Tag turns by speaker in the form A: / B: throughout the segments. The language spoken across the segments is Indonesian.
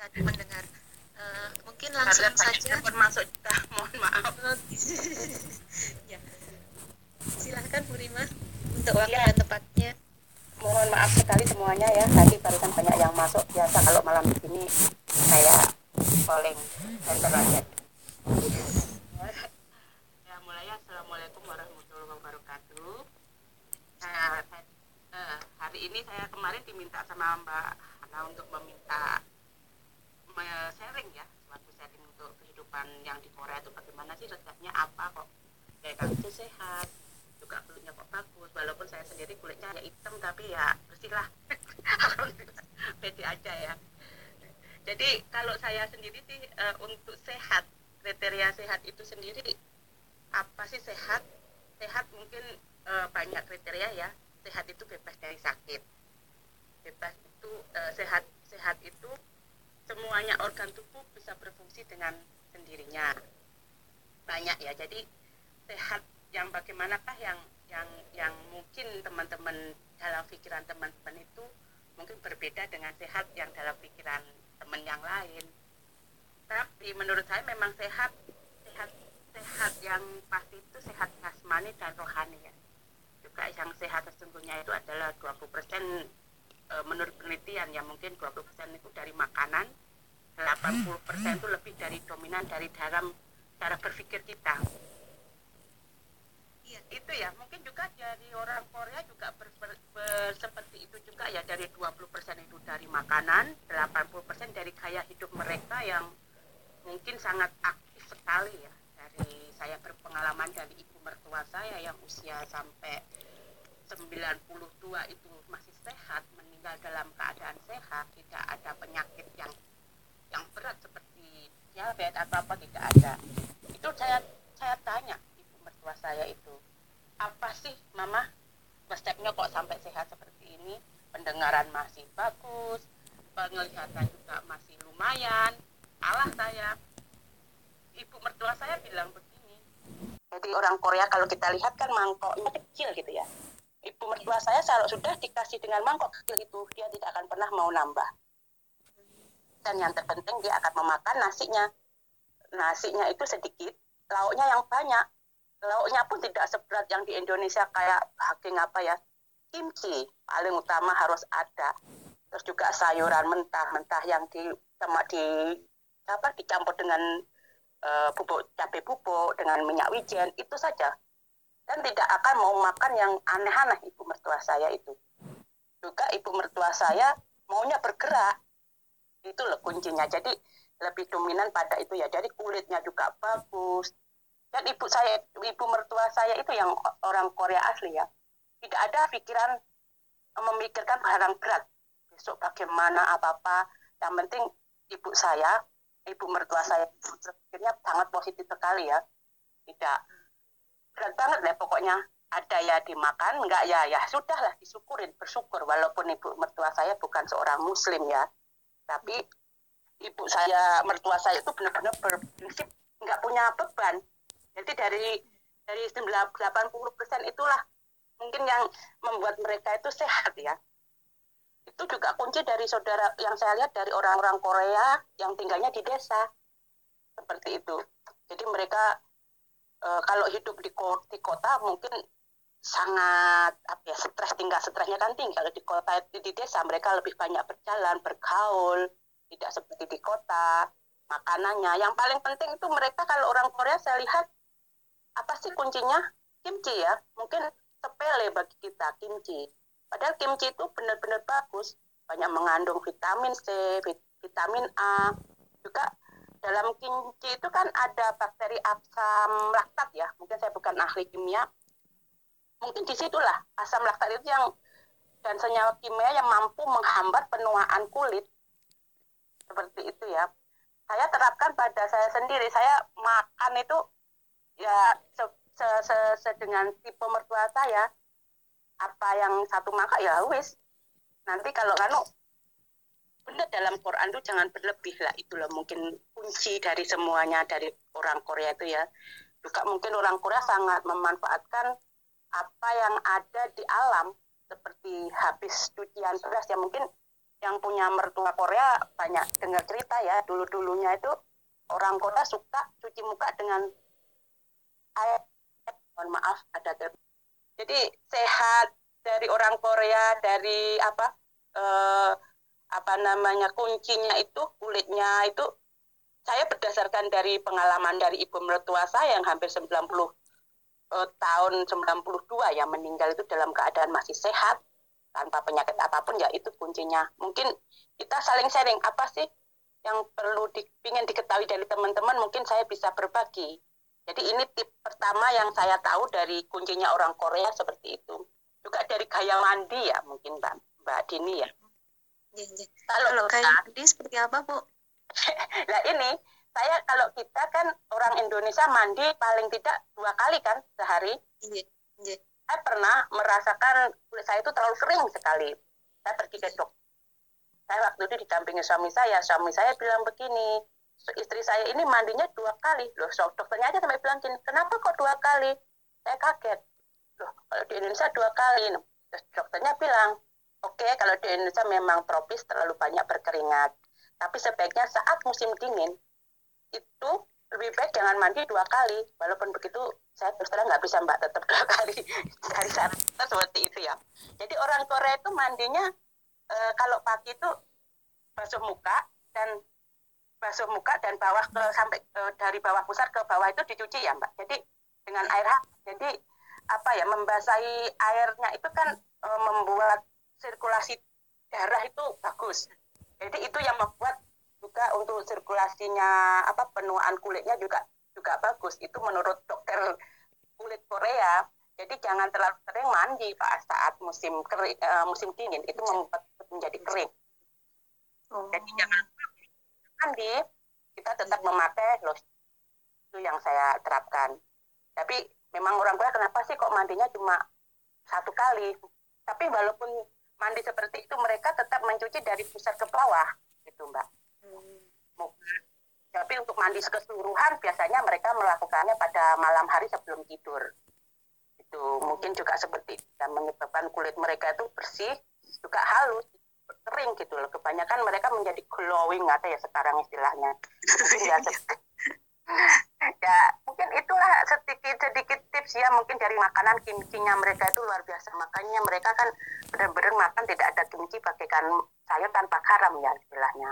A: tadi mendengar. Mungkin langsung saja.
B: Masuk juga, mohon maaf.
A: Ya. Silahkan Bu Rima untuk waktu dan tempatnya.
B: Mohon maaf sekali semuanya ya, tadi barusan banyak yang masuk. Biasa kalau malam begini saya calling center aja. Ya, mulai Assalamualaikum warahmatullahi wabarakatuh. Hari ini saya kemarin diminta sama Mbak Hana untuk meminta sharing ya, suatu sharing untuk kehidupan yang di Korea itu bagaimana sih, resepnya apa kok kayak itu sehat, juga kulitnya kok bagus, walaupun saya sendiri kulitnya ya hitam tapi ya bersih lah. Pede aja ya. Jadi kalau saya sendiri sih untuk sehat, kriteria sehat itu sendiri apa sih sehat? Sehat mungkin banyak kriteria ya. Sehat itu bebas dari sakit. Bebas itu sehat itu semuanya organ tubuh bisa berfungsi dengan sendirinya. Banyak ya. Jadi sehat yang bagaimanakah yang mungkin teman-teman dalam pikiran teman-teman itu mungkin berbeda dengan sehat yang dalam pikiran teman yang lain. Tapi menurut saya memang sehat yang pasti itu sehat jasmani dan rohani ya. Juga yang sehat sesungguhnya itu adalah 20% menurut penelitian ya, mungkin 20% itu dari makanan, 80% itu lebih dari dominan dari dalam cara berpikir kita. Iya, itu ya, mungkin juga dari orang Korea juga seperti itu juga ya, dari 20% itu dari makanan, 80% dari gaya hidup mereka yang mungkin sangat aktif sekali ya. Dari saya berpengalaman dari ibu mertua saya yang usia sampai 92 itu masih sehat, meninggal dalam keadaan sehat, tidak ada penyakit yang berat seperti diabetes atau apa, tidak ada. Itu saya tanya ibu mertua saya itu, apa sih mama resepnya kok sampai sehat seperti ini? Pendengaran masih bagus, penglihatan juga masih lumayan. Alah saya, ibu mertua saya bilang begini. Jadi orang Korea kalau kita lihat kan mangkoknya kecil gitu ya. Ibu mertua saya kalau sudah dikasih dengan mangkok kecil itu, dia tidak akan pernah mau nambah. Dan yang terpenting dia akan memakan nasinya. Nasinya itu sedikit, lauknya yang banyak. Lauknya pun tidak seberat yang di Indonesia kayak daging apa ya. Kimchi paling utama harus ada. Terus juga sayuran mentah-mentah yang dicampur dengan bubuk cabai bubuk dengan minyak wijen, itu saja. Dan tidak akan mau makan yang aneh-aneh ibu mertua saya itu. Juga ibu mertua saya maunya bergerak, itu loh kuncinya. Jadi lebih dominan pada itu ya. Dari kulitnya juga bagus. Dan ibu mertua saya itu yang orang Korea asli ya, tidak ada pikiran memikirkan barang berat. Besok bagaimana apa-apa. Yang penting ibu mertua saya berpikirnya sangat positif sekali ya. Tidak berat banget deh pokoknya. Ada ya dimakan, enggak ya sudahlah, disyukurin, bersyukur. Walaupun ibu mertua saya bukan seorang muslim ya. Tapi mertua saya itu benar-benar berprinsip enggak punya beban. Jadi dari 80% itulah mungkin yang membuat mereka itu sehat ya. Itu juga kunci dari saudara yang saya lihat dari orang-orang Korea yang tinggalnya di desa. Seperti itu. Jadi mereka kalau hidup di kota mungkin sangat stres, tinggal stresnya kan tinggi. Kalau di kota, di desa mereka lebih banyak berjalan, bergaul, tidak seperti di kota. Makanannya yang paling penting itu mereka, kalau orang Korea saya lihat apa sih kuncinya? Kimchi ya. Mungkin sepele bagi kita kimchi. Padahal kimchi itu benar-benar bagus. Banyak mengandung vitamin C, vitamin A. Juga dalam kimchi itu kan ada bakteri asam laktat ya. Mungkin saya bukan ahli kimia. Mungkin disitulah asam laktat itu dan senyawa kimia yang mampu menghambat penuaan kulit. Seperti itu ya. Saya terapkan pada saya sendiri. Saya makan itu ya dengan tipe mertua saya, apa yang satu makan ya wis. Nanti kalau benar dalam Quran itu jangan berlebih lah, itulah mungkin kunci dari semuanya dari orang Korea itu ya. Juga mungkin orang Korea sangat memanfaatkan apa yang ada di alam, seperti habis cucian beras ya, mungkin yang punya mertua Korea banyak dengar cerita ya, dulu-dulunya itu orang Korea suka cuci muka dengan air, mohon maaf ada jadi sehat dari orang Korea, dari apa namanya, kuncinya itu kulitnya itu, saya berdasarkan dari pengalaman dari ibu mertua saya yang hampir 90 tahun 92 yang meninggal itu dalam keadaan masih sehat tanpa penyakit apapun, ya itu kuncinya. Mungkin kita saling sharing apa sih yang perlu ingin diketahui dari teman-teman, mungkin saya bisa berbagi. Jadi ini tip pertama yang saya tahu dari kuncinya orang Korea seperti itu. Juga dari gaya mandi ya mungkin Mbak Dini ya.
A: Kalau gaya mandi seperti apa, Bu?
B: Nah ini, kalau kita kan orang Indonesia mandi paling tidak 2 kali kan sehari. Saya pernah merasakan kulit saya itu terlalu kering sekali. Saya pergi ke dokter. Saya waktu itu didampingi suami saya bilang begini, istri saya ini mandinya 2 kali. Loh, dokternya aja sampai bilang gini, kenapa kok 2 kali? Saya kaget. Loh, kalau di Indonesia 2 kali. Terus dokternya bilang, oke, kalau di Indonesia memang tropis terlalu banyak berkeringat. Tapi sebaiknya saat musim dingin, itu lebih baik jangan mandi 2 kali. Walaupun begitu, saya terus terang nggak bisa Mbak tetap 2 kali. Dari sana seperti itu ya. Jadi orang Korea itu mandinya, kalau pagi itu basuh muka dan bawah sampai dari bawah pusar ke bawah itu dicuci ya Mbak. Jadi dengan air hangat. Jadi membasahi airnya itu kan membuat sirkulasi darah itu bagus. Jadi itu yang membuat juga untuk sirkulasinya penuaan kulitnya juga bagus. Itu menurut dokter kulit Korea. Jadi jangan terlalu sering mandi Pak saat musim dingin, itu membuat menjadi kering. Jadi jangan mandi, kita tetap memakai lotion. Itu yang saya terapkan. Tapi memang orang Korea kenapa sih kok mandinya cuma 1 kali? Tapi walaupun mandi seperti itu, mereka tetap mencuci dari pusat ke bawah, gitu Mbak. Tapi untuk mandi keseluruhan biasanya mereka melakukannya pada malam hari sebelum tidur. Itu mungkin juga seperti itu, dan menyebabkan kulit mereka itu bersih, juga halus, kering gitu loh. Kebanyakan mereka menjadi glowing, ada ya sekarang istilahnya. Ya mungkin itulah sedikit tips ya, mungkin dari makanan. Kimchinya mereka itu luar biasa, makanya mereka kan benar-benar makan tidak ada kimchi bagaikan sayur tanpa garam ya istilahnya.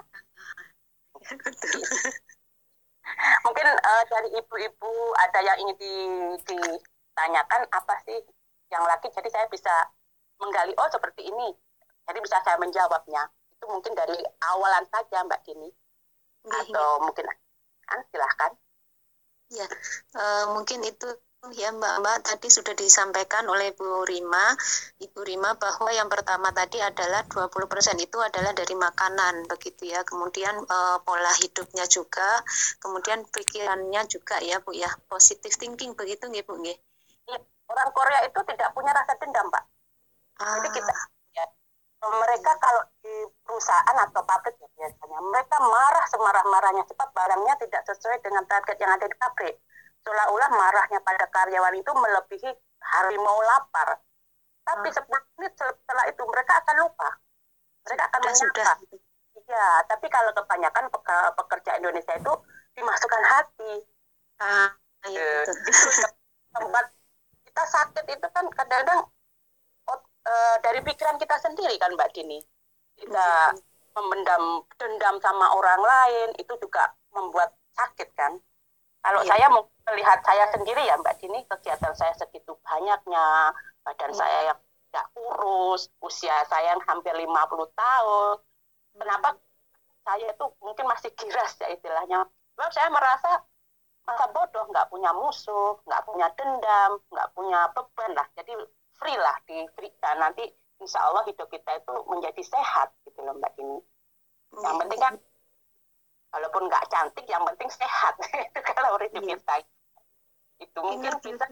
B: Mungkin dari ibu-ibu ada yang ingin ditanyakan apa sih yang laki, jadi saya bisa menggali seperti ini, jadi bisa saya menjawabnya. Itu mungkin dari awalan saja Mbak Dini. Atau mungkin silahkan.
A: Ya, mungkin itu ya Mbak tadi sudah disampaikan oleh Ibu Rima bahwa yang pertama tadi adalah 20% itu adalah dari makanan begitu ya. Kemudian pola hidupnya juga, kemudian pikirannya juga ya Bu ya, positive thinking begitu nggih Bu nggih.
B: Orang Korea itu tidak punya rasa dendam Pak. Jadi kita mereka kalau di perusahaan atau pabrik ya biasanya mereka marah semarah-marahnya sebab barangnya tidak sesuai dengan target yang ada di pabrik. Seolah-olah marahnya pada karyawan itu melebihi harimau lapar. Tapi 10 menit setelah itu mereka akan lupa. Mereka akan menyangka. Iya, tapi kalau kebanyakan pekerja Indonesia itu dimasukkan hati. Itu tempat kita sakit itu kan kadang-kadang dari pikiran kita sendiri kan Mbak Dini. Kita memendam dendam sama orang lain itu juga membuat sakit kan. Kalau saya melihat saya sendiri ya Mbak Dini, kegiatan saya segitu banyaknya, badan saya yang tidak kurus, usia saya yang hampir 50 tahun. Kenapa saya itu mungkin masih giras ya istilahnya. Sebab saya merasa masa bodoh, nggak punya musuh, nggak punya dendam, nggak punya beban lah. Jadi free lah, diberikan nanti insya Allah hidup kita itu menjadi sehat gitu loh Mbak Dini. Yang penting kan walaupun nggak cantik, yang penting sehat. Itu kalau hidup kita itu mungkin bisa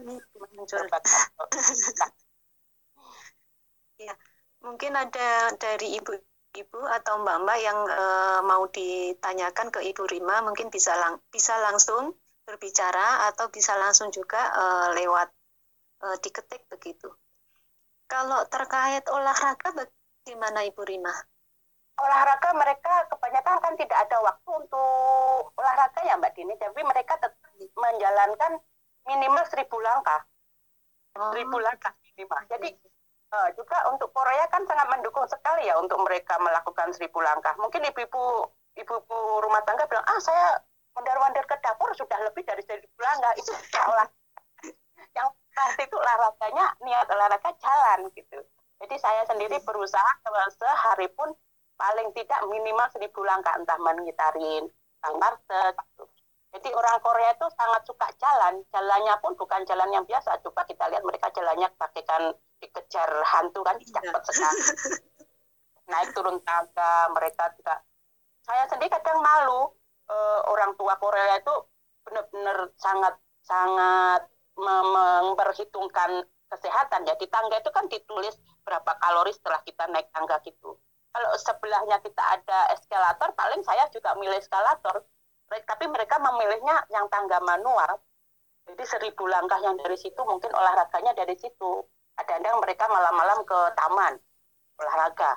A: ya, mungkin ada dari ibu atau mbak-mbak yang mau ditanyakan ke Ibu Rima, mungkin bisa langsung berbicara atau bisa langsung juga lewat diketik begitu. Kalau terkait olahraga bagaimana Ibu Rima?
B: olahraga mereka kebanyakan kan tidak ada waktu untuk olahraga ya Mbak Dini, tapi mereka tetap menjalankan minimal 1.000 langkah. 1.000 langkah minimal. Jadi juga untuk Korea kan sangat mendukung sekali ya untuk mereka melakukan 1.000 langkah. Mungkin ibu-ibu rumah tangga bilang, saya mondar-mandir ke dapur sudah lebih dari 1.000 langkah. Itu olah. Yang pasti itu olahraganya, niat olahraga jalan gitu. Jadi saya sendiri berusaha sehari pun paling tidak minimal 1.000 langkah, entah mengitarin market gitu. Jadi orang Korea itu sangat suka jalan. Jalannya pun bukan jalan yang biasa. Coba kita lihat mereka jalannya bagaikan dikejar hantu kan, cepat sekali. Naik turun tangga, mereka juga. Saya sendiri kadang malu. Orang tua Korea itu benar-benar sangat memperhitungkan kesehatan. Jadi tangga itu kan ditulis berapa kalori setelah kita naik tangga gitu. Kalau sebelahnya kita ada eskalator, paling saya juga milih eskalator. Tapi mereka memilihnya yang tangga manual. Jadi 1.000 langkah yang dari situ mungkin olahraganya dari situ. Kadang-kadang mereka malam-malam ke taman olahraga,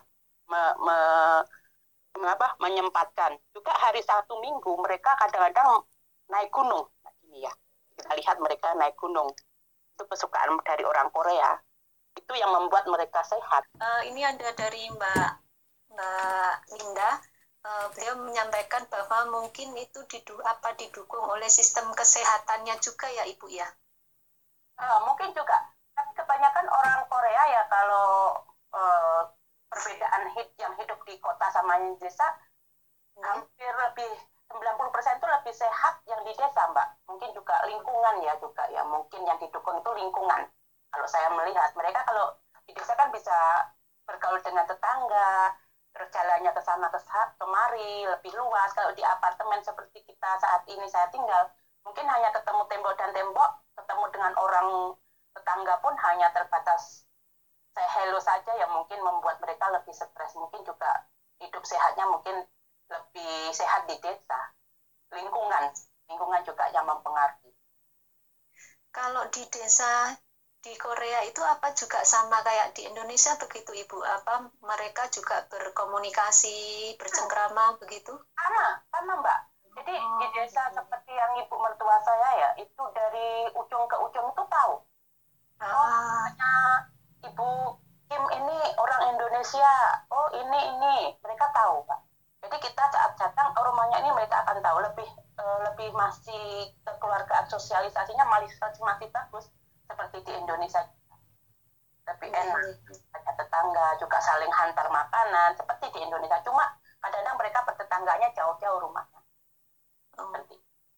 B: menyempatkan. Juga hari Sabtu Minggu mereka kadang-kadang naik gunung. Nah, ini ya, kita lihat mereka naik gunung. Itu kesukaan dari orang Korea. Itu yang membuat mereka sehat.
A: Ini ada dari Mbak Linda. Beliau menyampaikan bahwa mungkin itu didukung oleh sistem kesehatannya juga ya Ibu ya?
B: Mungkin juga. Tapi kebanyakan orang Korea ya kalau perbedaan yang hidup di kota sama yang di desa, hampir lebih 90% itu lebih sehat yang di desa Mbak. Mungkin juga lingkungan ya juga ya. Mungkin yang didukung itu lingkungan. Kalau saya melihat mereka kalau di desa kan bisa bergaul dengan tetangga, terus jalannya ke sana kemari lebih luas. Kalau di apartemen seperti kita saat ini saya tinggal, mungkin hanya ketemu tembok dan tembok, ketemu dengan orang tetangga pun hanya terbatas saya hello saja, yang mungkin membuat mereka lebih stres. Mungkin juga hidup sehatnya mungkin lebih sehat di desa. Lingkungan juga yang mempengaruhi.
A: Kalau di desa di Korea itu apa juga sama kayak di Indonesia begitu Ibu? Apa mereka juga berkomunikasi, bercengkrama begitu?
B: Sama Mbak. Jadi di desa seperti yang ibu mertua saya ya, itu dari ujung ke ujung itu tahu. Hanya Ibu Kim ini orang Indonesia. Oh ini mereka tahu Pak. Jadi kita saat datang rumahnya ini mereka akan tahu lebih masih kekeluargaan, sosialisasinya masih bagus seperti di Indonesia. Tapi enak, ada tetangga juga saling hantar makanan seperti di Indonesia. Cuma kadang-kadang mereka bertetangganya jauh-jauh rumahnya. Seperti.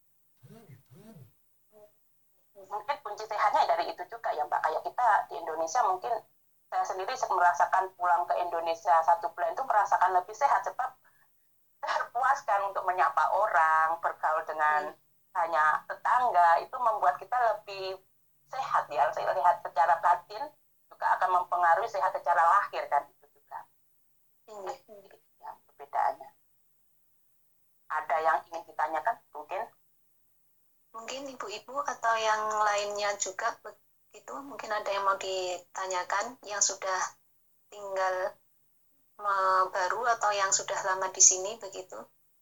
B: Mungkin kunci sehatnya dari itu juga ya Mbak. Kayak kita di Indonesia mungkin saya sendiri merasakan pulang ke Indonesia 1 bulan itu merasakan lebih sehat sebab terpuaskan untuk menyapa orang, bergaul dengan hanya tetangga, itu membuat kita lebih sehat ya. Saya lihat secara batin juga akan mempengaruhi sehat secara lahir kan itu juga. Ya, perbedaannya. Ada yang ingin ditanyakan mungkin?
A: Mungkin ibu-ibu atau yang lainnya juga begitu, mungkin ada yang mau ditanyakan yang sudah tinggal baru atau yang sudah lama di sini begitu.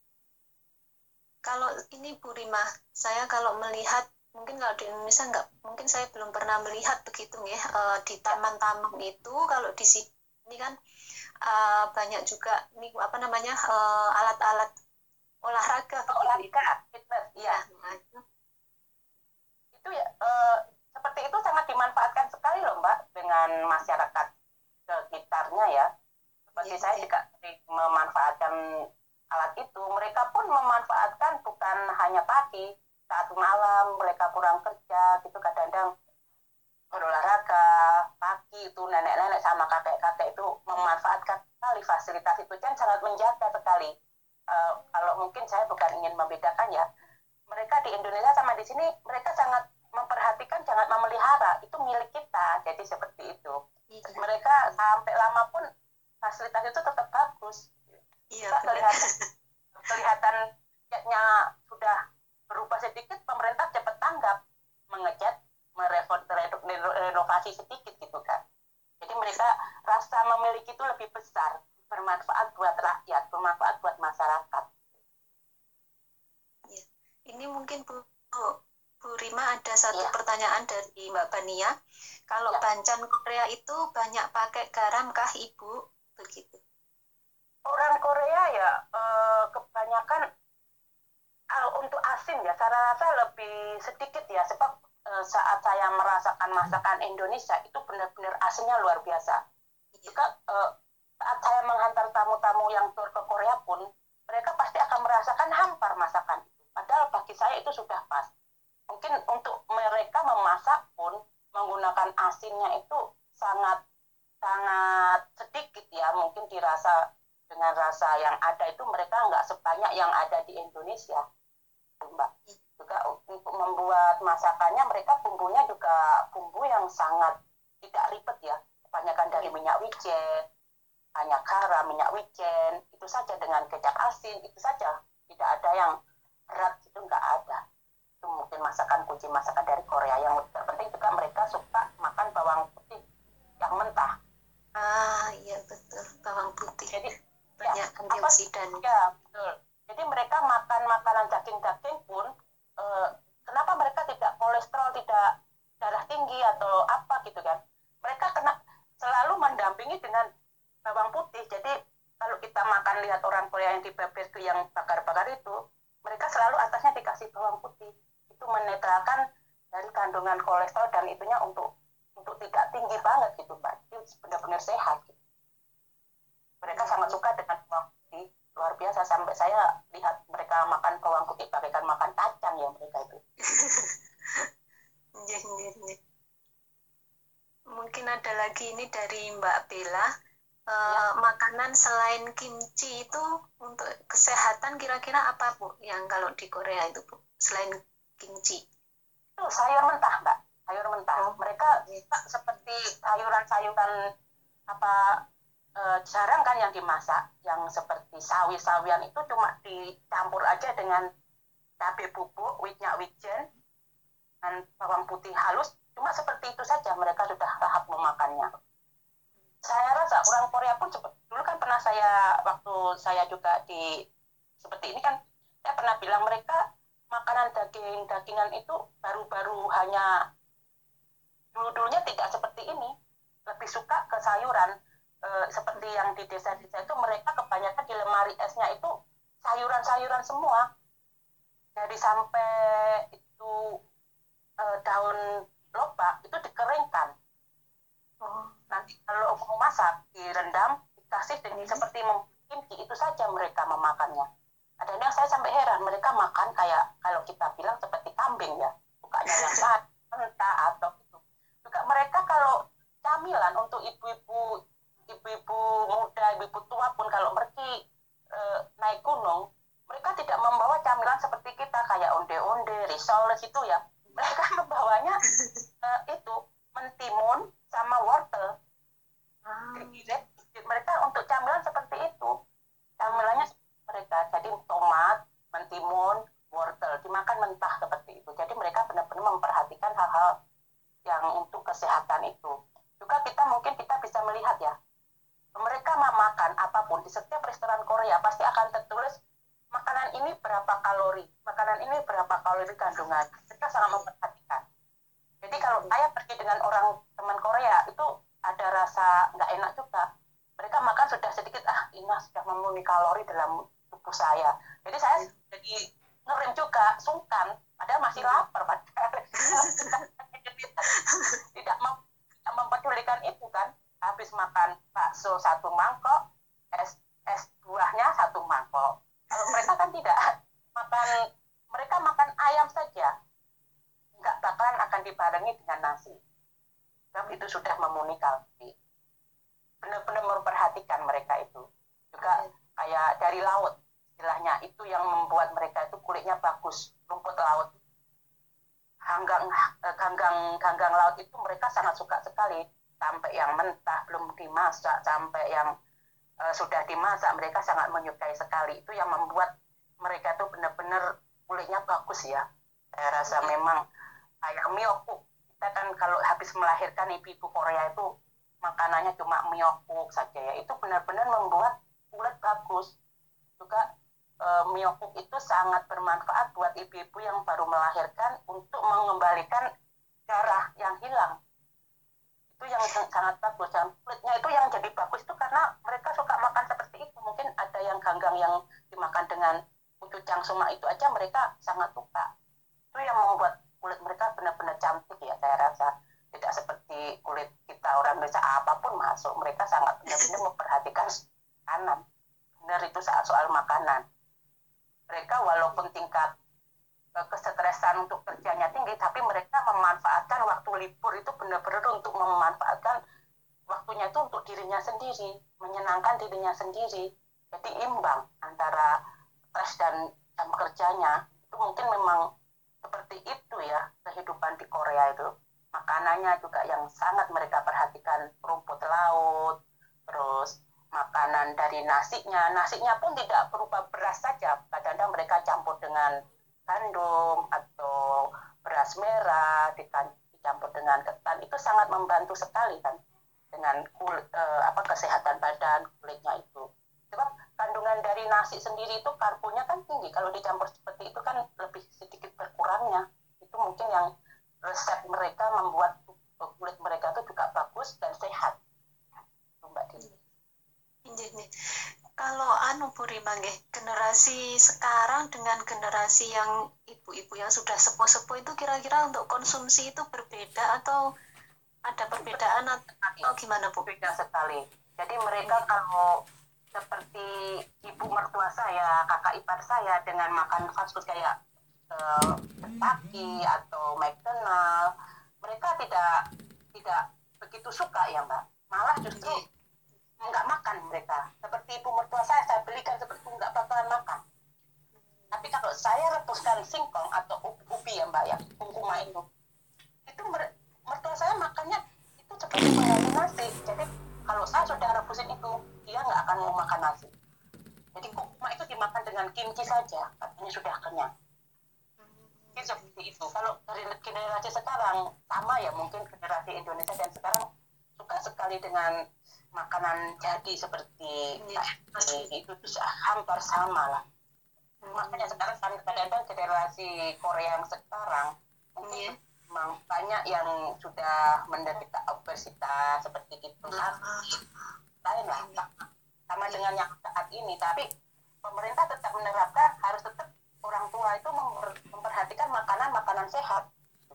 A: Kalau ini Bu Rima, saya kalau melihat mungkin kalau di Indonesia mungkin saya belum pernah melihat begitu ya, di taman-taman itu kalau di sini kan banyak juga ini alat-alat olahraga
B: fitness ya. Itu ya seperti itu sangat dimanfaatkan sekali loh Mbak dengan masyarakat sekitarnya ya. Seperti saya juga memanfaatkan alat itu, mereka pun memanfaatkan bukan hanya pagi, saat malam mereka pulang kerja gitu kadang-kadang berolahraga pagi itu nenek-nenek sama kakek-kakek itu memanfaatkan sekali fasilitas itu dan sangat menjaga sekali. Kalau mungkin saya bukan ingin membedakan ya, mereka di Indonesia sama di sini mereka sangat memperhatikan, sangat memelihara, itu milik kita, jadi seperti itu. Mereka sampai lama pun fasilitas itu tetap bagus.
A: Iya,
B: kelihatannya sudah berubah sedikit, pemerintah cepat tanggap, mengecat, merenovasi sedikit gitu kan. Jadi mereka rasa memiliki itu lebih besar, bermanfaat buat rakyat, bermanfaat buat masyarakat.
A: Ya. Ini mungkin Bu Rima ada satu pertanyaan dari Mbak Bania. Kalau bancan Korea itu banyak pakai garam kah Ibu? Begitu.
B: Orang Korea ya kebanyakan untuk asin ya, saya rasa lebih sedikit ya, sebab saat saya merasakan masakan Indonesia itu benar-benar asinnya luar biasa. Juga saat saya menghantar tamu-tamu yang tur ke Korea pun, mereka pasti akan merasakan hampar masakan itu. Padahal bagi saya itu sudah pas. Mungkin untuk mereka memasak pun menggunakan asinnya itu sangat sedikit ya, mungkin dirasa dengan rasa yang ada itu mereka nggak sebanyak yang ada di Indonesia, Mbak. Juga untuk membuat masakannya mereka bumbunya juga bumbu yang sangat tidak ribet ya, kebanyakan dari minyak wijen, hanya garam, minyak wijen, itu saja dengan kecap asin, itu saja, tidak ada yang berat, itu nggak ada. Itu mungkin kunci masakan dari Korea. Yang terpenting juga mereka suka makan bawang putih yang mentah.
A: Iya betul, bawang putih.
B: Jadi
A: banyak antioksidan.
B: Ya, betul. Jadi mereka makan makanan daging-daging pun, kenapa mereka tidak kolesterol, tidak darah tinggi atau apa gitu kan? Mereka selalu mendampingi dengan bawang putih. Jadi kalau kita makan, lihat orang Korea yang di barbecue yang bakar-bakar itu, mereka selalu atasnya dikasih bawang putih. Itu menetralkan dari kandungan kolesterol dan itunya untuk tidak tinggi banget gitu, Mbak. Itu benar-benar sehat. Gitu. Mereka sangat suka dengan bawang putih, luar biasa. Sampai saya lihat mereka makan bawang putih bagaikan makan kacang ya mereka itu.
A: Mungkin ada lagi ini dari Mbak Bella. Makanan selain kimchi itu untuk kesehatan kira-kira apa Bu? Yang kalau di Korea itu Bu, selain kimchi?
B: Itu sayur mentah, Mbak. Sayur mentah. Mereka seperti sayuran-sayuran apa, jarang kan yang dimasak, yang seperti sawi-sawian itu cuma dicampur aja dengan cabai bubuk, minyak wijen, dan bawang putih halus, cuma seperti itu saja mereka sudah lahap memakannya. Saya rasa orang Korea pun dulu kan pernah waktu saya juga seperti ini kan, saya pernah bilang mereka makanan daging-dagingan itu baru-baru hanya dulu-dulunya tidak seperti ini, lebih suka ke sayuran. Seperti yang di desa-desa itu mereka kebanyakan di lemari esnya itu sayuran-sayuran semua. Jadi sampai itu daun lobak itu dikeringkan. Nanti kalau mau masak direndam, dikasih dengan seperti kimchi, itu saja mereka memakannya. Ada yang saya sampai heran, mereka makan kayak kalau kita bilang seperti kambing ya, bukannya yang mentah atau itu. Juga mereka kalau camilan untuk ibu-ibu muda, ibu-ibu tua pun kalau pergi naik gunung, mereka tidak membawa camilan seperti kita kayak onde-onde, risoles itu ya. Mereka membawanya itu mentimun sama wortel. Mereka untuk camilan seperti itu. Camilannya mereka jadi tomat, mentimun, wortel dimakan mentah seperti itu. Jadi mereka benar-benar memperhatikan hal-hal yang untuk kesehatan itu. Juga kita bisa melihat ya, mereka makan apapun di setiap restoran Korea pasti akan tertulis makanan ini berapa kalori, makanan ini berapa kalori kandungan. Mereka sangat memperhatikan. Jadi kalau saya pergi dengan orang teman Korea itu ada rasa nggak enak juga. Mereka makan sudah sedikit, ini sudah memenuhi kalori dalam tubuh saya. Jadi saya jadi ngerem juga, sungkan, padahal masih lapar, padahal tidak mempedulikan itu kan. Habis makan bakso 1 mangkok, es buahnya 1 mangkok. Kalau mereka kan tidak mereka makan ayam saja, nggak bakalan akan dibarengi dengan nasi. Sebab itu sudah memenuhi kalori. Benar-benar memperhatikan mereka itu. Juga kayak dari laut, istilahnya itu yang membuat mereka itu kulitnya bagus, rumput laut. Ganggang laut itu mereka sangat suka sekali. Sampai yang mentah belum dimasak, sampai yang sudah dimasak, mereka sangat menyukai sekali. Itu yang membuat mereka itu benar-benar kulitnya bagus ya. Saya rasa memang kayak miokuk. Kita kan kalau habis melahirkan ibu-ibu Korea itu makanannya cuma miokuk saja ya. Itu benar-benar membuat bagus. Juga Miyokuk itu sangat bermanfaat buat ibu-ibu yang baru melahirkan untuk mengembalikan darah yang hilang. Itu yang sangat bagus. Dan kulitnya itu yang jadi bagus itu karena mereka suka makan seperti itu. Mungkin ada yang ganggang yang dimakan dengan ucang suma itu aja mereka sangat suka. Itu yang membuat kulit mereka benar-benar cantik ya, saya rasa. Tidak seperti kulit kita orang Indonesia, apapun masuk. Mereka sangat benar-benar memperhatikan makanan. Benar itu soal makanan. Mereka walaupun tingkat kesetresan untuk kerjanya tinggi, tapi mereka memanfaatkan waktu libur itu benar-benar untuk memanfaatkan waktunya itu untuk dirinya sendiri, menyenangkan dirinya sendiri. Jadi imbang antara stres dan jam kerjanya. Itu mungkin memang seperti itu ya kehidupan di Korea itu. Makanannya juga yang sangat mereka perhatikan, rumput laut, terus makanan dari nasinya pun tidak berupa beras saja, kadang-kadang mereka campur dengan gandum atau beras merah dicampur dengan ketan, itu sangat membantu sekali kan dengan kesehatan badan kulitnya itu. Sebab kandungan dari nasi sendiri itu karbonya kan tinggi, kalau dicampur seperti itu kan lebih sedikit berkurangnya. Itu mungkin yang resep mereka membuat kulit mereka itu juga bagus dan sehat. Mbak Dini.
A: Kalau Bu Rima, generasi sekarang dengan generasi yang ibu-ibu yang sudah sepuh-sepuh itu kira-kira untuk konsumsi itu berbeda atau ada perbedaan atau gimana Bu?
B: Beda sekali. Jadi mereka kalau seperti ibu mertua saya, kakak ipar saya dengan makan fast food kayak Kentucky atau McDonald, mereka tidak begitu suka ya Mbak. Malah justru nggak makan mereka. Seperti ibu mertua saya belikan seperti itu nggak bakalan makan. Tapi kalau saya rebuskan singkong atau ubi ya Mbak ya, kungkuma itu mertua saya makannya itu seperti pengganti nasi. Jadi kalau saya sudah rebusin itu, dia nggak akan mau makan nasi. Jadi kungkuma itu dimakan dengan kimchi saja, katanya sudah kenyang. Jadi seperti itu. Kalau dari generasi sekarang sama ya, mungkin generasi Indonesia dan sekarang suka sekali dengan makanan jadi seperti itu hampir sama lah. Makanya sekarang kadang-kadang generasi Korea yang sekarang mungkin memang banyak yang sudah menderita obesitas seperti itu. Lain lah sama dengan yang saat ini, tapi pemerintah tetap menerapkan harus tetap orang tua itu memperhatikan makanan sehat.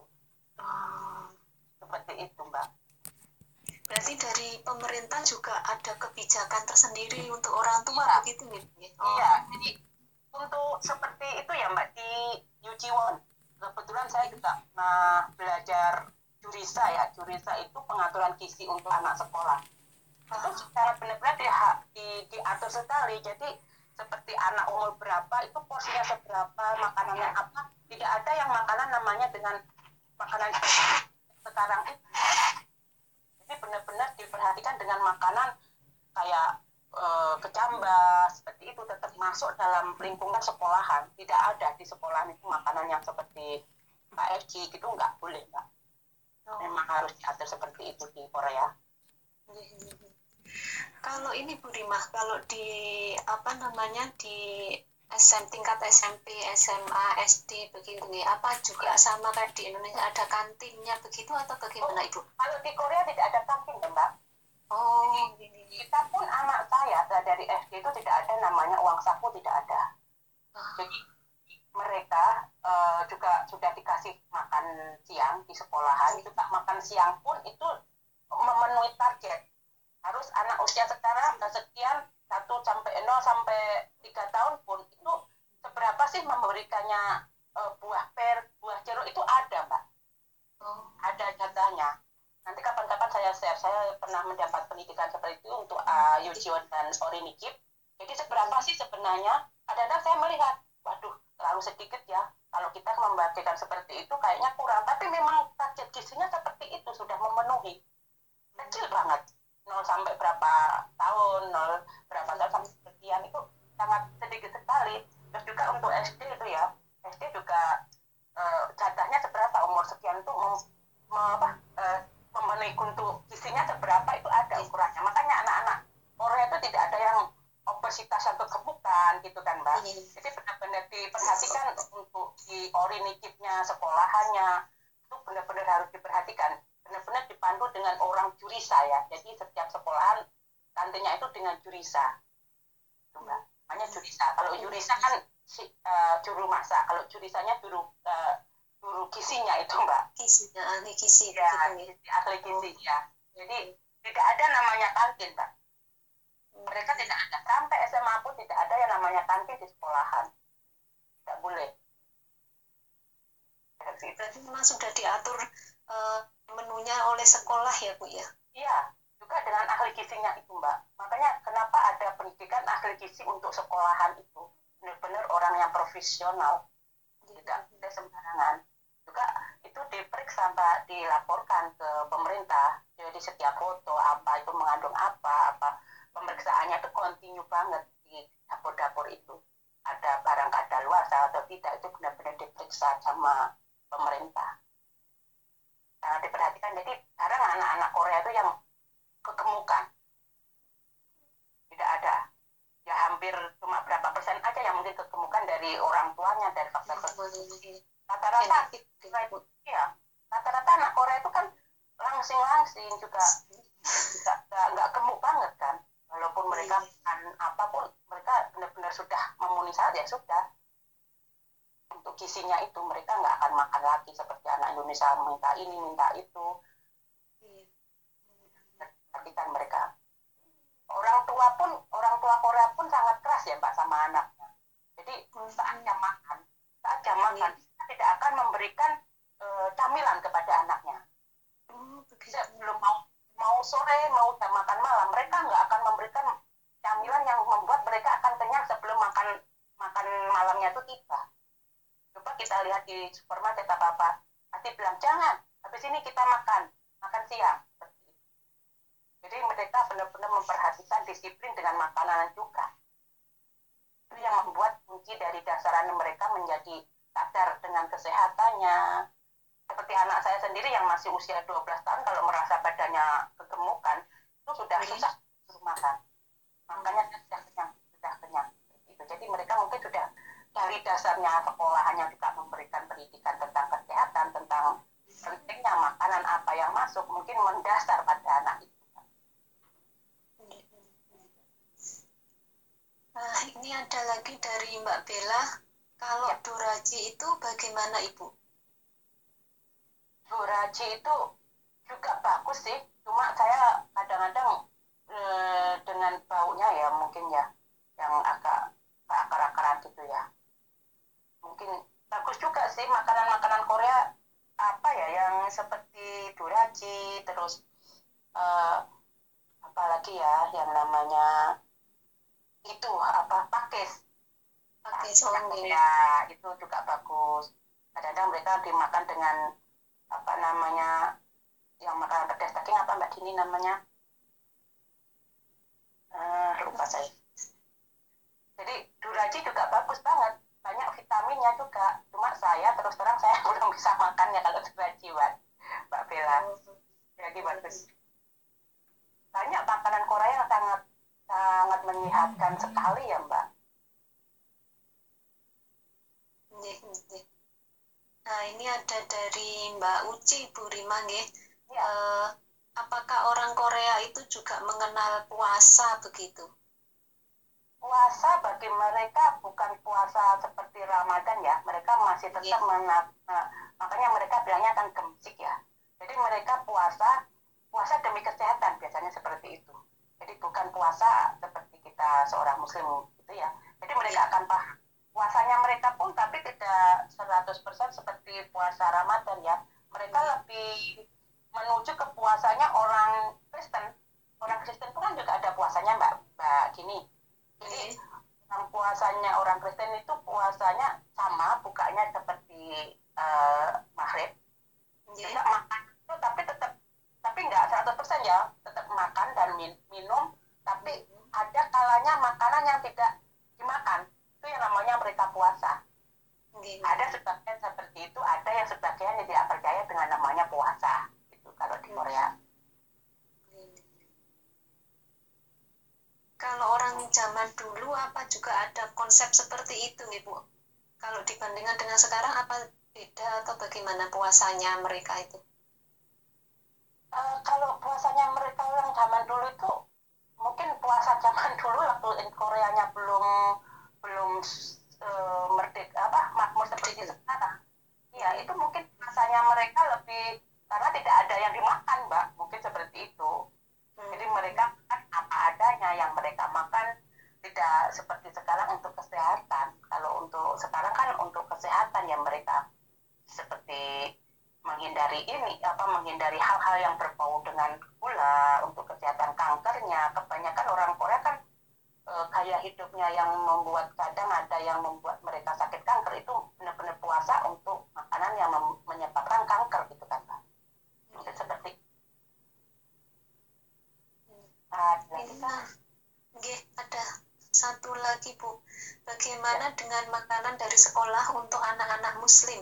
B: Seperti itu Mbak.
A: Berarti dari pemerintah juga ada kebijakan tersendiri untuk orang tua begitu nih?
B: Iya, jadi untuk seperti itu ya Mbak di Yujiwon. Kebetulan saya juga belajar jurisa ya. Jurisa itu pengaturan gizi untuk anak sekolah. Itu secara benar-benar diatur sekali. Jadi seperti anak umur berapa itu porsinya seberapa, makanannya apa. Tidak ada yang makanan namanya dengan makanan sekarang itu. Jadi benar-benar diperhatikan dengan makanan kayak kecambah seperti itu tetap masuk dalam lingkungan sekolahan. Tidak ada di sekolahan itu makanan yang seperti KFC gitu nggak boleh Mbak. Memang harus diatur seperti itu di Korea.
A: Kalau ini Bu Rima, kalau di di tingkat SMP, SMA, SD begitu nih, apa juga sama kayak di Indonesia ada kantinnya begitu atau bagaimana Ibu?
B: Kalau di Korea tidak ada kantin ya Mbak. Kita pun anak saya dari SD itu tidak ada namanya uang saku, tidak ada. Jadi mereka juga sudah dikasih makan siang di sekolahan. Juga makan siang pun itu memenuhi target. Harus anak usia sekarang sekian 1 sampai 0 sampai 3 tahun pun itu seberapa sih memberikannya buah per, buah jeruk itu ada Mbak. Ada jatahnya. Nanti kapan-kapan saya share, saya pernah mendapat pendidikan seperti itu untuk Yujiwon dan Orinikip. Jadi seberapa sih sebenarnya? Kadang-kadang saya melihat, waduh terlalu sedikit ya. Kalau kita membagikan seperti itu kayaknya kurang. Tapi memang target gizinya seperti itu, sudah memenuhi. Kecil banget. 0 sampai berapa tahun, 0 berapa tahun sampai sekian itu sangat sedikit sekali. Terus juga untuk SD itu ya, SD juga jatahnya seberapa, umur sekian itu memenuhi untuk gizinya seberapa itu ada ukurannya. Makanya anak-anak Korea itu tidak ada yang obesitas Jadi benar-benar diperhatikan untuk di orinikipnya, sekolahannya, itu benar-benar harus diperhatikan. Benar-benar dipandu dengan orang jurisa ya. Jadi setiap sekolahan kantinnya itu dengan jurisa. Itu Mbak. Namanya jurisa. Kalau jurisa kan juru masak. Kalau jurisanya juru gizinya itu Mbak.
A: Ahli gizi.
B: Ya, ahli gizi ya. Jadi tidak ada namanya kantin Mbak. Mereka tidak ada. Sampai SMA pun tidak ada yang namanya kantin di sekolahan. Tidak boleh.
A: Berarti memang sudah diatur menunya oleh sekolah ya Bu ya?
B: Iya, juga dengan ahli gizinya itu Mbak. Makanya kenapa ada pendidikan ahli gizi untuk sekolahan itu. Benar-benar orang yang profesional. Tidak sembarangan. Juga itu diperiksa Mbak, dilaporkan ke pemerintah. Jadi setiap foto apa itu mengandung apa pemeriksaannya itu kontinu banget di dapur-dapur itu. Ada barang kadaluarsa atau tidak itu benar-benar diperiksa sama pemerintah. Sangat diperhatikan. Jadi sekarang anak-anak Korea itu yang kegemukan tidak ada. Ya hampir cuma berapa persen aja yang mungkin kegemukan dari orang tuanya, dari faktor-faktor. Rata-rata ya, rata-rata anak Korea itu kan langsing juga nggak gemuk banget kan. Walaupun mereka makan apapun, mereka benar-benar sudah memenuhi syarat ya sudah. Untuk gizinya itu mereka nggak akan makan lagi seperti anak Indonesia minta ini minta itu. Perhatikan mereka. Orang tua Korea pun sangat keras ya Mbak sama anaknya. Jadi saat jam makan kita tidak akan memberikan camilan kepada anaknya. Belum mau sore mau jam makan malam mereka nggak akan memberikan camilan yang membuat mereka akan kenyang sebelum makan malamnya itu tiba. Coba kita lihat di supermarket apa pasti bilang jangan habis ini kita makan siang. Jadi mereka benar-benar memperhatikan disiplin dengan makanan juga. Itu yang membuat kunci dari dasaran mereka menjadi sadar dengan kesehatannya. Seperti anak saya sendiri yang masih usia 12 tahun kalau merasa badannya kegemukan itu sudah susah makan. Makanya sudah kenyang. Gitu. Jadi mereka mungkin sudah dari dasarnya sekolahannya juga memberikan pendidikan tentang kesehatan, tentang pentingnya makanan apa yang masuk mungkin mendasar pada anak itu.
A: Ini ada lagi dari Mbak Bella. Kalau Duraji itu bagaimana Ibu?
B: Duraji itu juga bagus sih. Cuma saya kadang-kadang dengan baunya ya mungkin ya yang agak akar-akaran gitu ya. Mungkin bagus juga sih makanan-makanan Korea apa ya yang seperti Duraji terus apalagi ya yang namanya itu pakis ya itu juga bagus. Kadang-kadang mereka dimakan dengan apa namanya yang makanan pedas daging apa Mbak Dini namanya lupa saya. Jadi Duraji juga bagus banget, banyak vitaminnya juga. Cuma saya terus terang saya belum bisa makannya kalau Duraji Mbak Bella. Jadi bagus. Banyak makanan Korea yang sangat menyehatkan sekali ya Mbak.
A: Nah ini ada dari Mbak Uci Bu Rima nggih. Apakah orang Korea itu juga mengenal puasa begitu?
B: Puasa bagi mereka bukan puasa seperti Ramadan ya. Mereka masih tetap makanya mereka bilangnya kan gemsik ya. Jadi mereka puasa demi kesehatan biasanya seperti itu. Jadi bukan puasa seperti kita seorang muslim gitu ya. Jadi mereka akan paham. Puasanya mereka pun tapi tidak 100% seperti puasa Ramadan ya. Mereka lebih menuju ke puasanya orang Kristen. Orang Kristen itu kan juga ada puasanya Mbak Gini. Jadi puasanya orang Kristen itu puasanya sama, bukanya seperti maghrib. Juga makan itu tapi nggak 100% ya, tetap makan dan minum, tapi ada kalanya makanan yang tidak dimakan. Itu yang namanya mereka puasa. Ada sebagian seperti itu, ada yang sebagian yang tidak percaya dengan namanya puasa. Itu kalau di Korea.
A: Kalau orang zaman dulu apa juga ada konsep seperti itu Ibu? Kalau dibandingkan dengan sekarang apa beda atau bagaimana puasanya mereka itu?
B: Kalau puasanya mereka yang zaman dulu itu mungkin puasa zaman dulu waktu Koreanya belum belum merdeka makmur seperti sekarang. Iya, itu mungkin puasanya mereka lebih karena tidak ada yang dimakan, Mbak. Mungkin seperti itu. Jadi mereka makan apa adanya, yang mereka makan tidak seperti sekarang untuk kesehatan. Kalau untuk sekarang kan untuk kesehatan ya mereka seperti menghindari hal-hal yang berbau dengan gula untuk kesehatan kankernya. Kebanyakan orang Korea kan gaya hidupnya yang membuat kadang ada yang membuat mereka sakit kanker itu benar-benar puasa untuk makanan yang menyebabkan kanker gitu kan Pak. Mungkin seperti
A: ada satu lagi Bu, bagaimana dengan makanan dari sekolah untuk anak-anak muslim?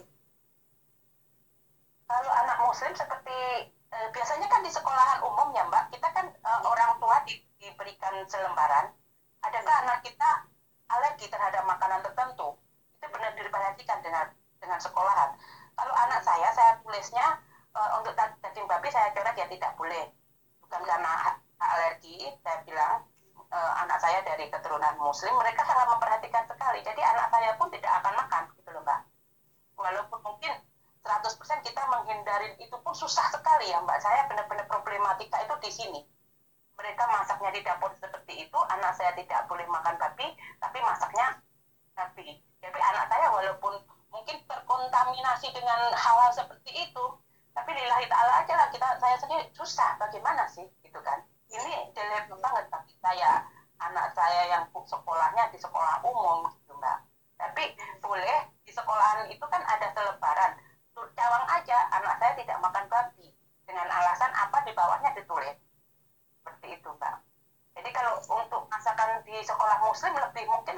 B: Kalau anak muslim seperti biasanya kan di sekolahan umum ya Mbak, kita kan orang tua diberikan selembaran. Adakah anak kita alergi terhadap makanan tertentu? Itu benar diperhatikan dengan sekolahan. Kalau anak saya tulisnya untuk daging babi saya coret ya tidak boleh. Bukan karena alergi, saya bilang anak saya dari keturunan muslim, mereka sangat memperhatikan sekali. Jadi anak saya pun tidak akan makan gitu loh Mbak. Walaupun mungkin 100% kita menghindarin itu pun susah sekali ya Mbak. Saya benar-benar problematika itu di sini. Mereka masaknya di dapur seperti itu, anak saya tidak boleh makan babi, tapi masaknya babi. Jadi anak saya walaupun mungkin terkontaminasi dengan hal-hal seperti itu, tapi lillahi ta'ala aja lah saya sendiri susah bagaimana sih gitu kan. Ini dilema banget bagi saya, anak saya yang sekolahnya di sekolah umum gitu Mbak. Tapi boleh di sekolahan itu kan ada selebaran. Cawang aja anak saya tidak makan babi dengan alasan apa di bawahnya ditulis seperti itu Mbak. Jadi kalau untuk masakan di sekolah muslim mungkin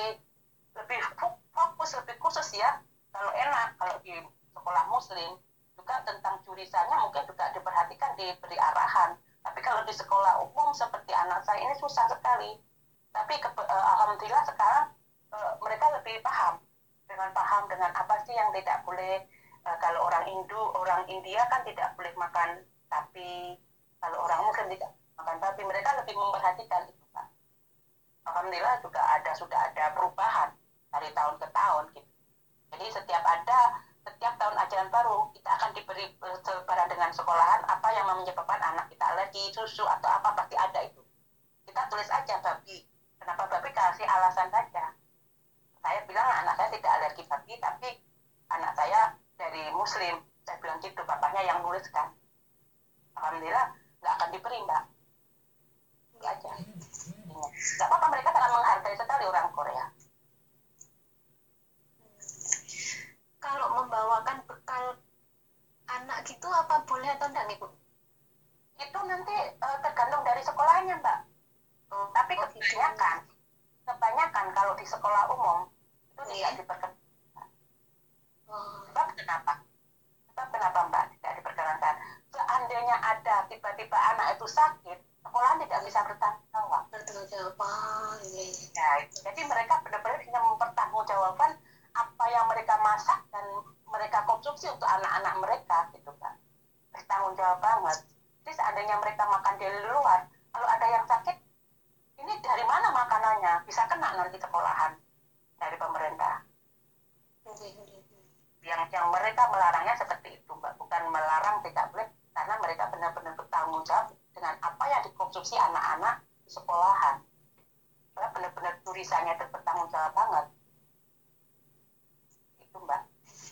B: lebih fokus lebih khusus ya. Kalau enak kalau di sekolah muslim juga tentang jurusannya mungkin juga diperhatikan diberi arahan. Tapi kalau di sekolah umum seperti anak saya ini susah sekali. Tapi alhamdulillah sekarang mereka lebih paham dengan apa sih yang tidak boleh. Kalau orang India kan tidak boleh makan sapi. Kalau orang Muslim tidak makan babi, mereka lebih memperhatikan itu Pak. Alhamdulillah juga sudah ada perubahan dari tahun ke tahun gitu. Jadi setiap tahun ajaran baru kita akan diberi selebaran dengan sekolahan apa yang menyebabkan anak kita alergi susu atau apa pasti ada itu. Kita tulis aja babi. Kenapa babi? Kasih alasan saja. Saya bilang anak saya tidak alergi babi, tapi anak saya dari muslim. Saya bilang gitu, bapaknya yang nulis kan. Alhamdulillah nggak akan diberi Mbak. Itu aja. Nggak apa-apa, mereka sangat menghargai sekali orang Korea.
A: Kalau membawakan bekal anak gitu apa boleh atau enggak nih Bu?
B: Itu nanti tergantung dari sekolahnya Mbak. Tapi kebanyakan kalau di sekolah umum itu tidak diperkenankan. Sebab kenapa Mbak tidak diperkenankan? Seandainya ada tiba-tiba anak itu sakit, sekolah tidak bisa bertanggung jawab. Ya, jadi mereka benar-benar ingin mempertanggungjawabkan apa yang mereka masak dan mereka konsumsi untuk anak-anak mereka gitu kan. Bertanggung jawab banget. Jadi seandainya mereka makan di luar, kalau ada yang sakit, ini dari mana makanannya? Bisa kena nanti sekolahan dari pemerintah. Yang mereka melarangnya seperti itu Mbak, bukan melarang tidak boleh, karena mereka benar-benar bertanggung jawab dengan apa yang dikonsumsi anak-anak di sekolahan. Karena benar-benar tulisannya itu bertanggung jawab banget. Itu Mbak.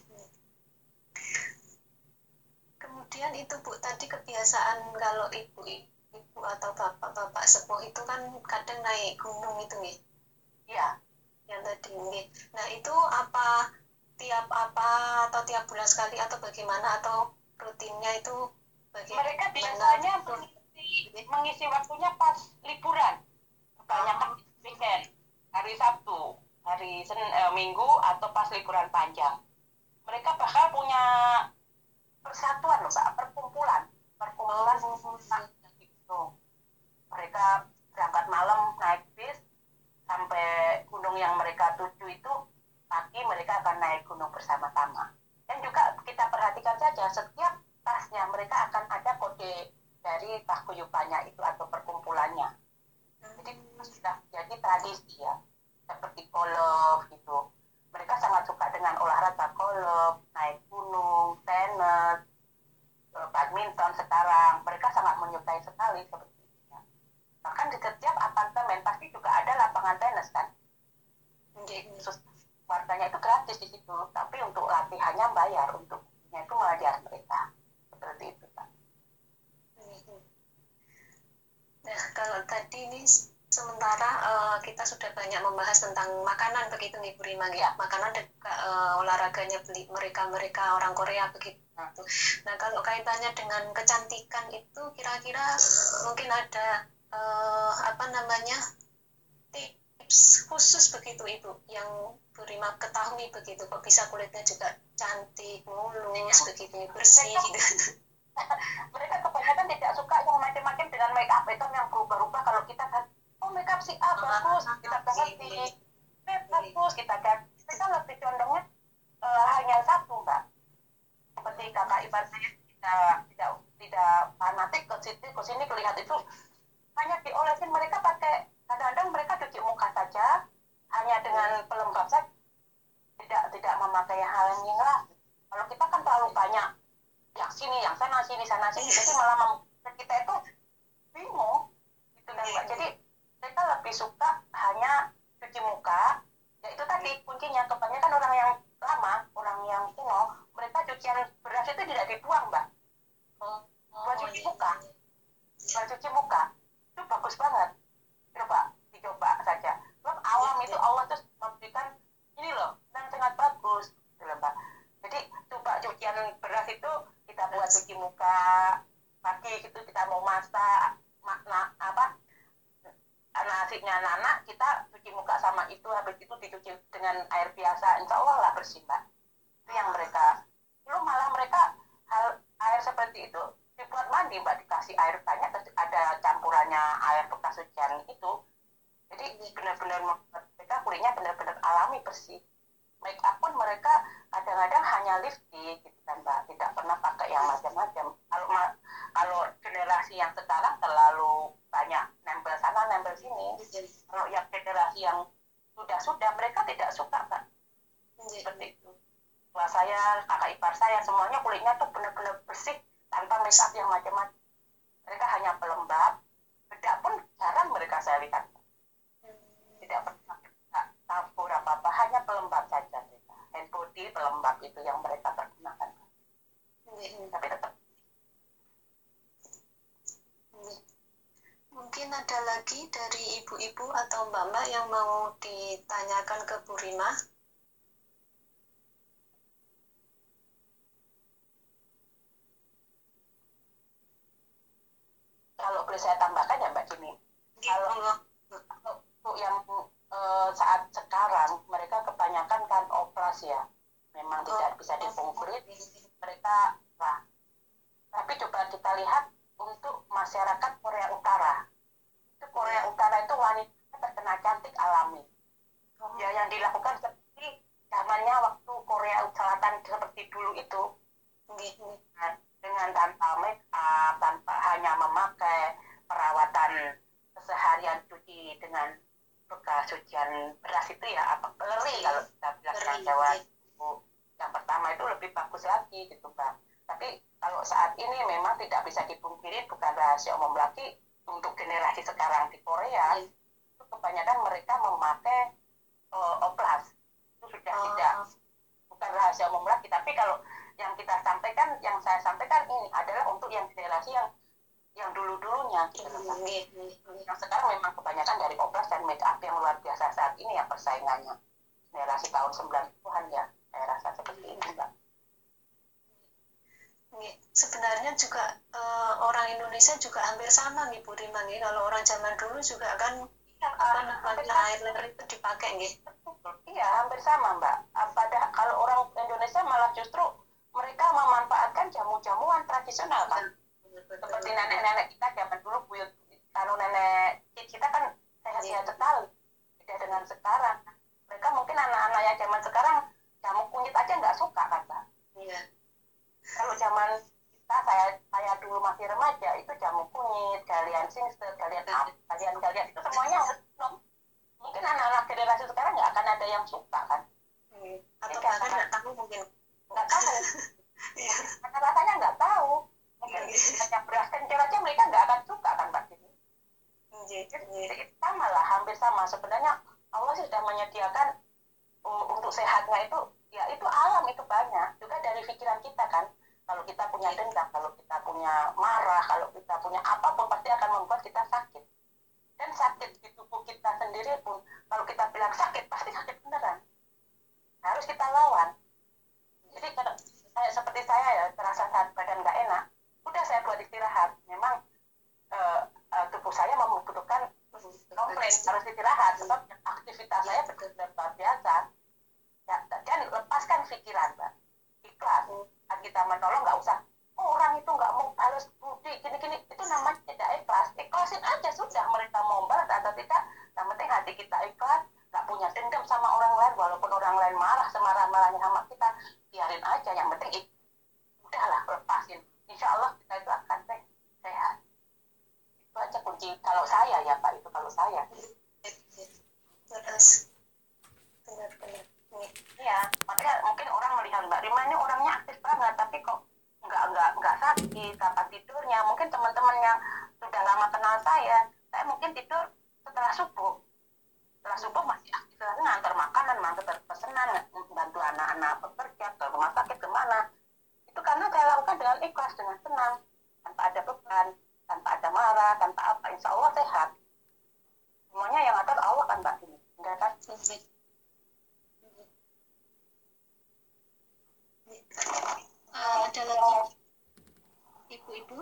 A: Kemudian itu Bu, tadi kebiasaan kalau ibu atau bapak sepuh itu kan kadang naik gunung itu nih.
B: Iya.
A: Yang tadi nih. Nah itu apa tiap bulan sekali atau bagaimana, atau rutinnya itu bagaimana?
B: Mereka biasanya mengisi waktunya pas liburan. Kebanyakan weekend, hari Sabtu, hari Minggu atau pas liburan panjang. Mereka bakal punya persatuan loh Mbak, perkumpulan gitu. Mereka berangkat malam naik bis, sampai gunung yang mereka tuju itu pagi mereka akan naik gunung bersama-sama. Dan juga kita perhatikan saja setiap tasnya mereka akan ada kode dari paguyubannya itu atau perkumpulannya. Jadi sudah jadi tradisi ya, seperti golf gitu. Mereka sangat suka dengan olahraga golf, naik gunung, tenis, badminton sekarang. Mereka sangat menyukai sekali seperti itu. Bahkan di setiap apartemen pasti juga ada lapangan tenis kan. Khusus warganya itu gratis di situ, tapi untuk latihannya bayar, untuknya itu mengajar mereka. Seperti itu Pak.
A: Nah, kalau tadi ini sementara kita sudah banyak membahas tentang makanan begitu nih Bu Rima ya. Makanan dan juga olahraganya mereka orang Korea begitu. Nah, kalau kaitannya dengan kecantikan itu kira-kira mungkin ada tips khusus begitu Ibu yang Bu Rima ketahui begitu kok bisa kulitnya juga cantik, mulus begitu, bersih gitu.
B: Mereka kebanyakan tidak suka yang macam-macam dengan make up itu yang berubah-ubah. Kalau kita kan make up si A bagus, kita ganti, bagus kita ganti. Mereka lebih condongnya hanya satu Mbak. Seperti kakak ipar saya tidak fanatik ke sini kelihatan itu hanya diolesin. Mereka pakai, kadang-kadang mereka cuci muka saja hanya dengan pelembab saja, tidak memakai hal yang lain. Kalau kita kan terlalu banyak yang sini, yang sana, sini, jadi malah membuat kita itu bingung gitu kan Mbak. Jadi mereka lebih suka hanya cuci muka, ya itu tadi kuncinya. Kebanyakan orang yang lama, orang yang kuno, mereka cucian beras itu tidak dibuang Mbak. Buat cuci muka, itu bagus banget. Dicoba saja. Sebab awam itu Allah tuh memberikan ini loh, dan sangat bagus gitu loh Mbak. Jadi coba cucian beras itu kita buat cuci muka pagi gitu, kita mau masak nasinya anak-anak, kita cuci muka sama itu, habis itu dicuci dengan air biasa, insya Allah lah bersih Mbak. Itu yang mereka, belum malah mereka air seperti itu dibuat mandi Mbak, dikasih air banyak, terus ada campurannya air bekas cucian itu, jadi benar-benar mereka kulitnya benar-benar alami bersih. Make up pun mereka kadang-kadang hanya lipstick gitu kan Mbak, tidak pernah pakai yang macam-macam. Kalau generasi yang sekarang terlalu banyak nempel sana nempel sini. Kalau yang generasi yang sudah mereka tidak suka Mbak, seperti itu. Tua saya, kakak ipar saya, semuanya kulitnya tuh benar-benar bersih tanpa make up yang macam-macam. Mereka hanya pelembab, bedak pun jarang mereka saya lihat. Tidak pernah tabur apa-apa, hanya pelembab saja mereka. Hand body pelembab itu yang mereka pergunakan. Tapi tetap.
A: Mungkin ada lagi dari ibu-ibu atau mbak-mbak yang mau ditanyakan ke Bu Rima.
B: Kalau boleh saya tambahkan ya Mbak Jimmy, kalau yang saat sekarang mereka kebanyakan kan oplas ya, memang tidak bisa dipungkiri mereka lah. Tapi coba kita lihat untuk masyarakat Korea Utara, itu Korea Utara itu wanita terkena cantik alami. Ya yang dilakukan seperti zamannya waktu Korea Selatan seperti dulu itu, dengan tanpa make up, tanpa hanya memakai perawatan keseharian, cuci dengan bekas cucian beras itu ya, apa peleri kalau kita bilang orang Jawa itu. Yang pertama itu lebih bagus lagi gitu Mbak. Tapi kalau saat ini memang tidak bisa dipungkiri, bukan rahasia umum lagi untuk generasi sekarang di Korea, itu kebanyakan mereka memakai oplas. Itu sudah tidak, bukan rahasia umum lagi. Tapi kalau yang kita sampaikan, yang saya sampaikan ini adalah untuk yang generasi yang dulu-dulunya gitu. Yang sekarang memang kebanyakan dari oplas dan make up yang luar biasa saat ini yang persaingannya. Generasi tahun 90-an ya, saya rasa seperti itu Mbak.
A: Sebenarnya juga orang Indonesia juga hampir sama nih Bu Rima nih. Kalau orang zaman dulu juga kan air leri itu dipakai nih.
B: Iya, hampir sama Mbak. Padahal kalau orang Indonesia malah justru mereka memanfaatkan jamu-jamuan tradisional kan. Seperti nenek-nenek kita zaman dulu, buyut, kalau nenek kita kan sehat-sehat sekali, tidak ada monyet, galian singset, galian apa, galian itu semuanya harus minum. Mungkin anak-anak generasi sekarang nggak akan ada yang suka kan?
A: Atau bahkan nggak tahu mungkin.
B: Nggak tahu. Karena rasanya nggak tahu. Mungkin hanya beras kencur aja mereka nggak akan suka kan Mbak Dini. Jadi sama lah, hampir sama. Sebenarnya Allah sudah menyediakan untuk sehatnya itu, ya itu alam itu banyak. Juga dari pikiran kita kan. Kalau kita punya dendam, kalau kita punya marah, kalau kita punya apapun pasti akan membuat kita sakit. Dan sakit di tubuh kita sendiri pun, kalau kita bilang sakit, pasti sakit beneran. Harus kita lawan. Jadi kalau seperti saya ya, terasa saat badan nggak enak, udah saya buat istirahat. Memang tubuh saya membutuhkan komplain, harus istirahat. Sebab aktivitas saya benar-benar luar biasa. Ya, dan lepaskan pikiran, Mbak. Ikhlas. Kita menolong nggak usah. Oh, orang itu nggak mau harus budi gini-gini. Itu namanya tidak ikhlas. Ikhlasin aja sudah. Mereka mau balas atau tidak. Yang penting hati kita ikhlas. Nggak punya dendam sama orang lain. Walaupun orang lain marah semarah-marahnya sama kita, biarin aja. Yang penting udahlah, lepasin. Insya Allah kita itu akan sehat. Itu aja kunci. Kalau saya ya Pak, itu kalau saya.
A: Terus benar-benar.
B: Iya, makanya mungkin orang melihat Mbak Rima ini orangnya aktif banget, tapi kok nggak sakit, kapan tidurnya. Mungkin teman-teman yang sudah lama kenal saya mungkin tidur setelah subuh. Setelah subuh masih aktif, ngantar makanan, ngantar pesanan, bantu anak-anak bekerja, ke rumah sakit, kemana. Itu karena saya lakukan dengan ikhlas, dengan senang, tanpa ada beban, tanpa ada marah, tanpa apa. Insya Allah sehat. Semuanya yang atur Allah kan Mbak Dini. Enggak kan?
A: Ada lagi ibu-ibu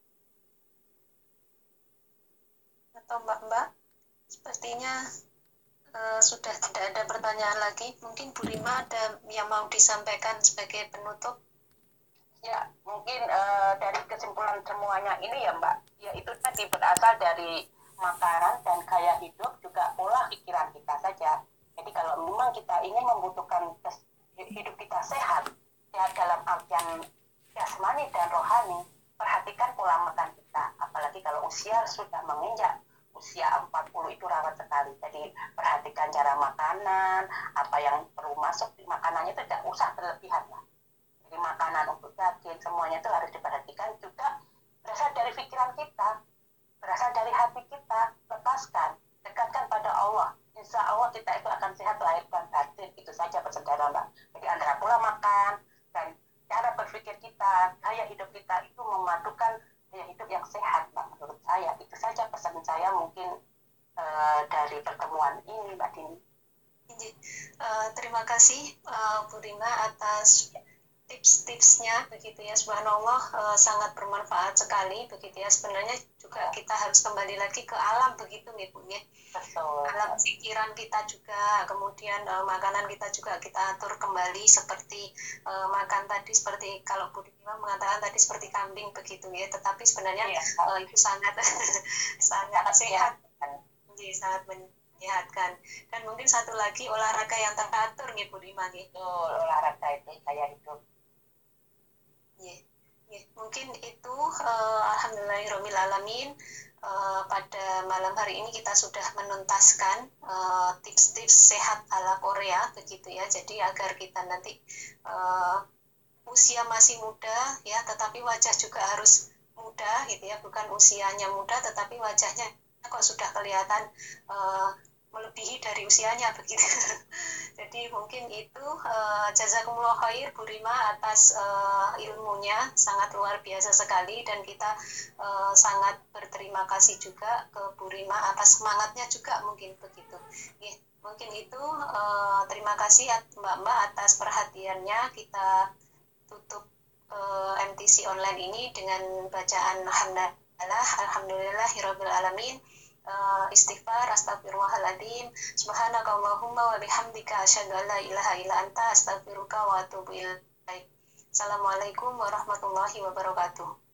A: atau mbak-mbak? Sepertinya sudah tidak ada pertanyaan lagi. Mungkin Bu Rima ada yang mau disampaikan sebagai penutup?
B: Ya, mungkin dari kesimpulan semuanya ini ya Mbak, ya itu tadi berasal dari makanan dan gaya hidup, juga pola pikiran kita saja. Jadi kalau memang kita ingin membutuhkan hidup kita sehat dalam artian jasmani dan rohani, perhatikan pola makan kita. Apalagi kalau usia sudah menginjak usia 40 itu rawan sekali. Jadi perhatikan cara makanan, apa yang perlu masuk di makanannya itu tidak usah berlebihan lah. Jadi makanan untuk daging, semuanya itu harus diperhatikan. Juga berasal dari pikiran kita, berasal dari hati kita. Lepaskan, dekatkan pada Allah. Insya Allah kita itu akan sehat lahir dan batin. Itu saja pesan dari Mbak. Jadi antara pola makan dan cara berpikir kita, gaya hidup kita itu memadukan gaya hidup yang sehat Mbak, menurut saya. Itu saja pesan saya mungkin dari pertemuan ini Mbak Dini.
A: Terima kasih Bu Rima atas tips-tipsnya begitu ya. Subhanallah, sangat bermanfaat sekali begitu ya. Sebenarnya juga kita harus kembali lagi ke alam begitu nih Bu ya.
B: Betul.
A: Alam pikiran kita juga, kemudian makanan kita juga kita atur kembali seperti makan tadi, seperti kalau Bu Rima mengatakan tadi seperti kambing begitu ya. Tetapi sebenarnya itu sangat sangat sehat. Jadi sangat menyehatkan. Dan mungkin satu lagi olahraga yang teratur nih Bu Rima gitu.
B: Olahraga itu saya hidup.
A: Mungkin itu alhamdulillahirabbil alamin. Pada malam hari ini kita sudah menuntaskan tips-tips sehat ala Korea begitu ya. Jadi agar kita nanti usia masih muda ya, tetapi wajah juga harus muda gitu ya. Bukan usianya muda tetapi wajahnya kok sudah kelihatan melebihi dari usianya begitu. Jadi mungkin itu jazakumullah khair Bu Rima atas ilmunya, sangat luar biasa sekali, dan kita sangat berterima kasih juga ke Bu Rima atas semangatnya juga mungkin begitu. Mungkin itu terima kasih Mbak-mbak atas perhatiannya. Kita tutup MTC online ini dengan bacaan alhamdulillahirabbil alamin. Istighfar, astagfirullahaladzim, subhanakallahumma wa bihamdika asyhadu an la ilaha illa anta astaghfiruka wa atubu ilaik. Assalamualaikum warahmatullahi wabarakatuh.